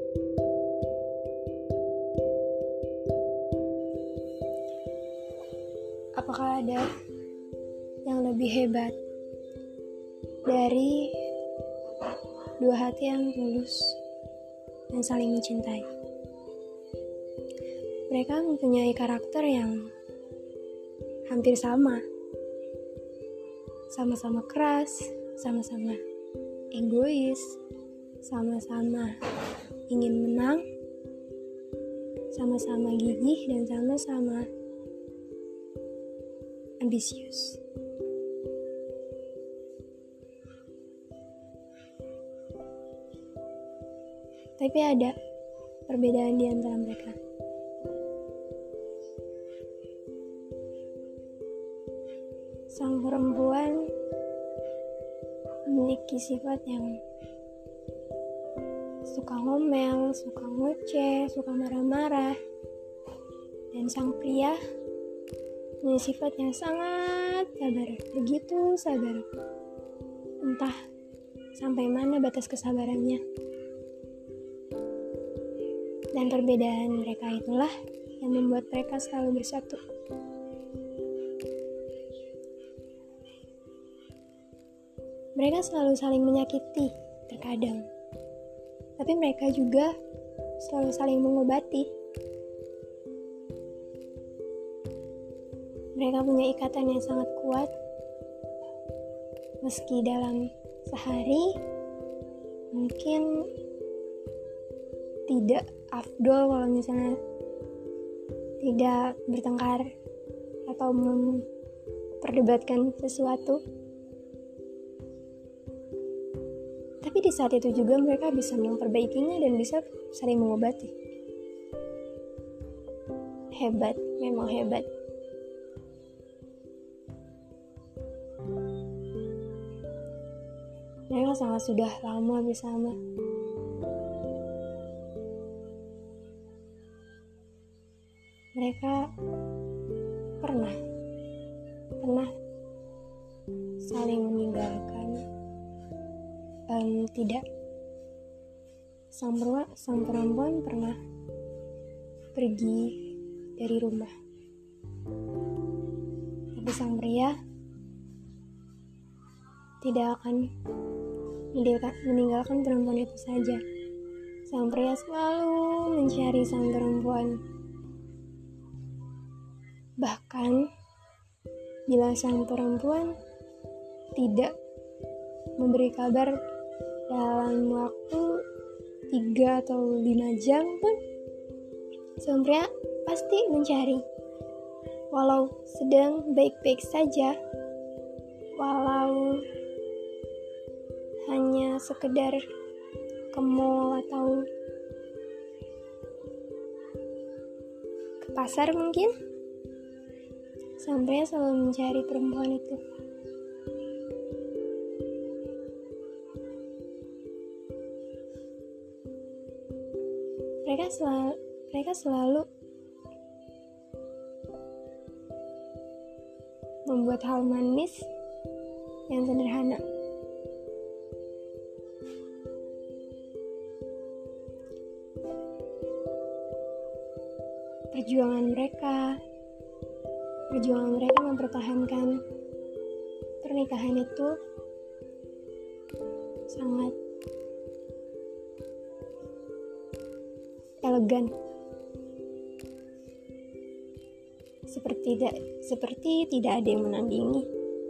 Apakah ada yang lebih hebat dari dua hati yang tulus dan saling mencintai? Mereka mempunyai karakter yang hampir sama. Sama-sama keras, sama-sama egois, sama-sama ingin menang, sama-sama gigih, dan sama-sama ambisius. Tapi ada perbedaan di antara mereka. Sang perempuan memiliki sifat yang suka ngomel, suka ngoceh, suka marah-marah. Dan sang pria punya sifat yang sangat sabar, begitu sabar. Entah sampai mana batas kesabarannya. Dan perbedaan mereka itulah yang membuat mereka selalu bersatu. Mereka selalu saling menyakiti terkadang, tapi mereka juga selalu saling mengobati. Mereka punya ikatan yang sangat kuat, meski dalam sehari mungkin tidak afdol kalau misalnya tidak bertengkar atau memperdebatkan sesuatu. Tapi di saat itu juga mereka bisa memperbaikinya dan bisa saling mengobati. Hebat, memang hebat. Mereka sangat sudah lama bersama. Mereka pernah saling meninggalkan. Tidak, sang perempuan pernah pergi dari rumah, tapi sang pria tidak akan meninggalkan perempuan itu saja. Sang pria selalu mencari sang perempuan. Bahkan bila sang perempuan tidak memberi kabar dalam waktu 3 atau 5 jam pun, sang pria pasti mencari. Walau sedang baik-baik saja, walau hanya sekedar ke mall atau ke pasar mungkin, sang pria selalu mencari perempuan itu. Mereka selalu membuat hal manis yang sederhana. Perjuangan mereka mempertahankan pernikahan itu sangat elegan, seperti tidak ada yang menandingi.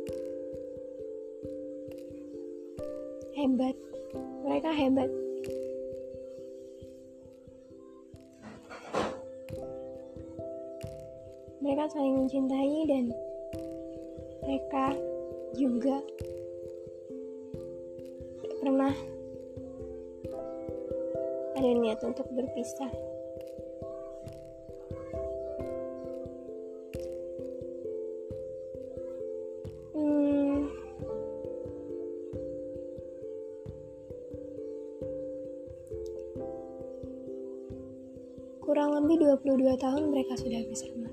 Hebat, mereka hebat. Mereka saling mencintai dan mereka juga tidak pernah ada niat untuk berpisah. Kurang lebih 22 tahun mereka sudah bersama.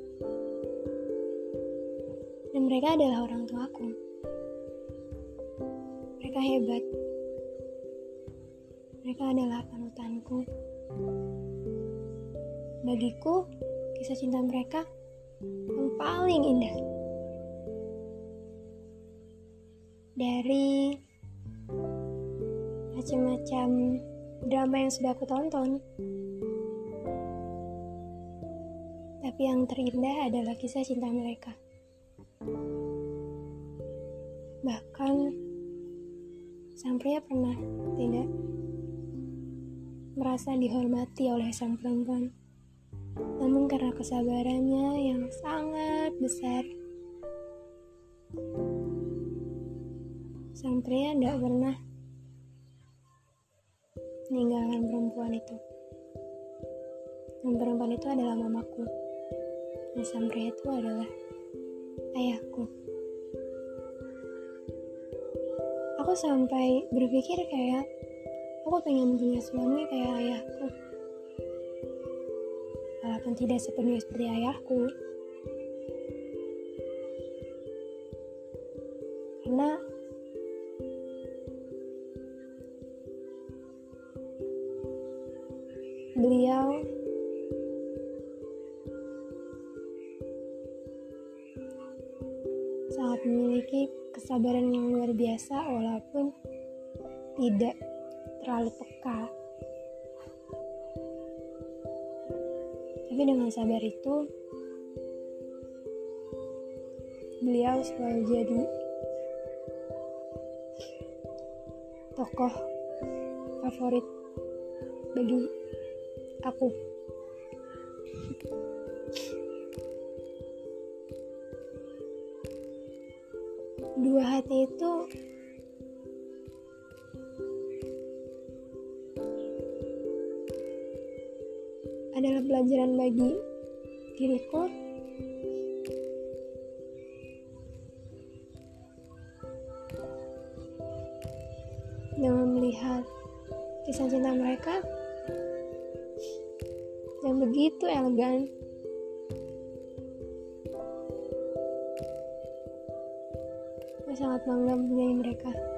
Dan mereka adalah orang tuaku. Mereka hebat. Mereka adalah panutanku. Bagiku, kisah cinta mereka yang paling indah. Dari macam-macam drama yang sudah aku tonton, tapi yang terindah adalah kisah cinta mereka. Bahkan sang pria pernah tidak merasa dihormati oleh sang perempuan, namun karena kesabarannya yang sangat besar, sang pria tidak pernah meninggalkan perempuan itu. Dan perempuan itu adalah mamaku, dan sang pria itu adalah ayahku. Aku sampai berpikir kayak aku pengen punya suami kayak ayahku, walaupun tidak sepenuhnya seperti ayahku, karena beliau sangat memiliki kesabaran yang luar biasa, walaupun tidak terlalu peka. Tapi dengan sabar itu, beliau selalu jadi tokoh favorit bagi aku. Dua hati itu adalah pelajaran bagi diriku dengan melihat kisah cinta mereka yang begitu elegan. Aku sangat bangga mempunyai mereka.